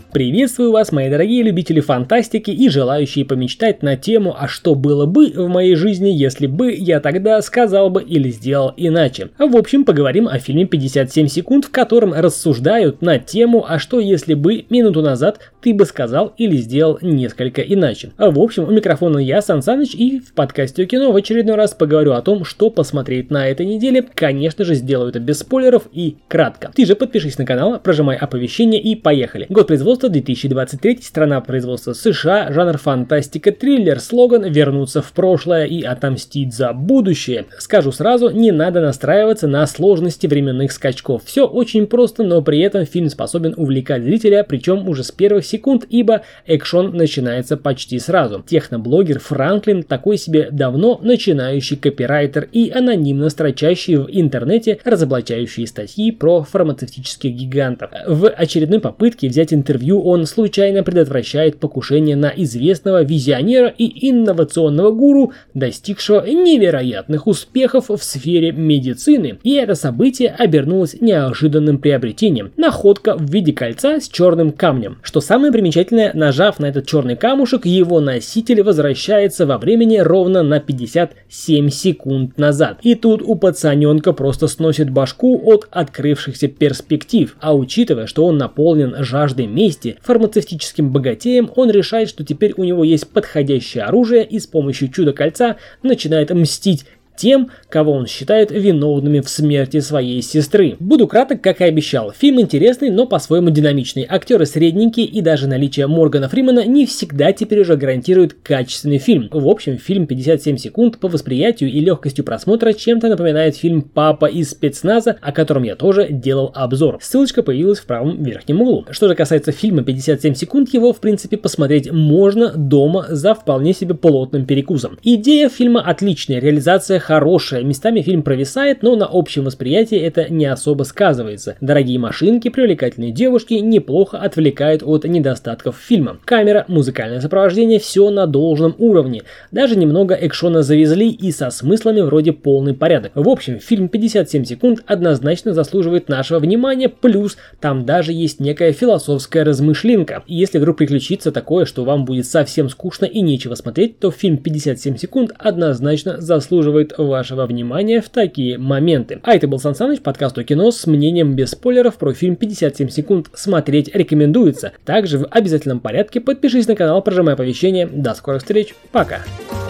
Приветствую вас, мои дорогие любители фантастики и желающие помечтать на тему «А что было бы в моей жизни, если бы я тогда сказал бы или сделал иначе?». В общем, поговорим о фильме «57 секунд», в котором рассуждают на тему «А что если бы минуту назад ты бы сказал или сделал несколько иначе?». В общем, у микрофона я, Сан Саныч, и в подкасте о кино в очередной раз поговорю о том, что посмотреть на этой неделе. Конечно же, сделаю это без спойлеров и кратко. Ты же подпишись на канал, прожимай оповещения и поехали. Год производства 2023, страна производства США, жанр фантастика, триллер, слоган «Вернуться в прошлое и отомстить за будущее». Скажу сразу, не надо настраиваться на сложности временных скачков. Все очень просто, но при этом фильм способен увлекать зрителя, причем уже с первых секунд, ибо экшон начинается почти сразу. Техноблогер Франклин такой себе давно начинающий копирайтер и анонимно строчащий в интернете разоблачающие статьи про фармацевтических гигантов. В очередной попытке взять интервью он случайно предотвращает покушение на известного визионера и инновационного гуру, достигшего невероятных успехов в сфере медицины. И это событие обернулось неожиданным приобретением. Находка в виде кольца с черным камнем. Что самое примечательное, нажав на этот черный камушек, его носитель возвращается во времени ровно на 57 секунд назад. И тут у пацаненка просто сносит башку от открывшихся перспектив. А учитывая, что он наполнен жаждой мести, фармацевтическим богатеем, он решает, что теперь у него есть подходящее оружие и с помощью чудо-кольца начинает мстить тем, кого он считает виновными в смерти своей сестры. Буду краток, как и обещал. Фильм интересный, но по-своему динамичный. Актеры средненькие, и даже наличие Моргана Фримена не всегда теперь уже гарантирует качественный фильм. В общем, фильм 57 секунд по восприятию и легкостью просмотра чем-то напоминает фильм «Папа из спецназа», о котором я тоже делал обзор. Ссылочка появилась в правом верхнем углу. Что же касается фильма 57 секунд, его в принципе посмотреть можно дома за вполне себе плотным перекусом. Идея фильма отличная, реализация хорошая, местами фильм провисает, но на общем восприятии это не особо сказывается. Дорогие машинки, привлекательные девушки неплохо отвлекают от недостатков фильма. Камера, музыкальное сопровождение, все на должном уровне. Даже немного экшона завезли и со смыслами вроде полный порядок. В общем, фильм 57 секунд однозначно заслуживает нашего внимания, плюс там даже есть некая философская размышлинка. И если вдруг приключится такое, что вам будет совсем скучно и нечего смотреть, то фильм 57 секунд однозначно заслуживает вашего внимания в такие моменты. А это был Сан Саныч, подкаст о кино с мнением без спойлеров про фильм 57 секунд. Смотреть рекомендуется. Также в обязательном порядке подпишись на канал, прожимай оповещения. До скорых встреч. Пока.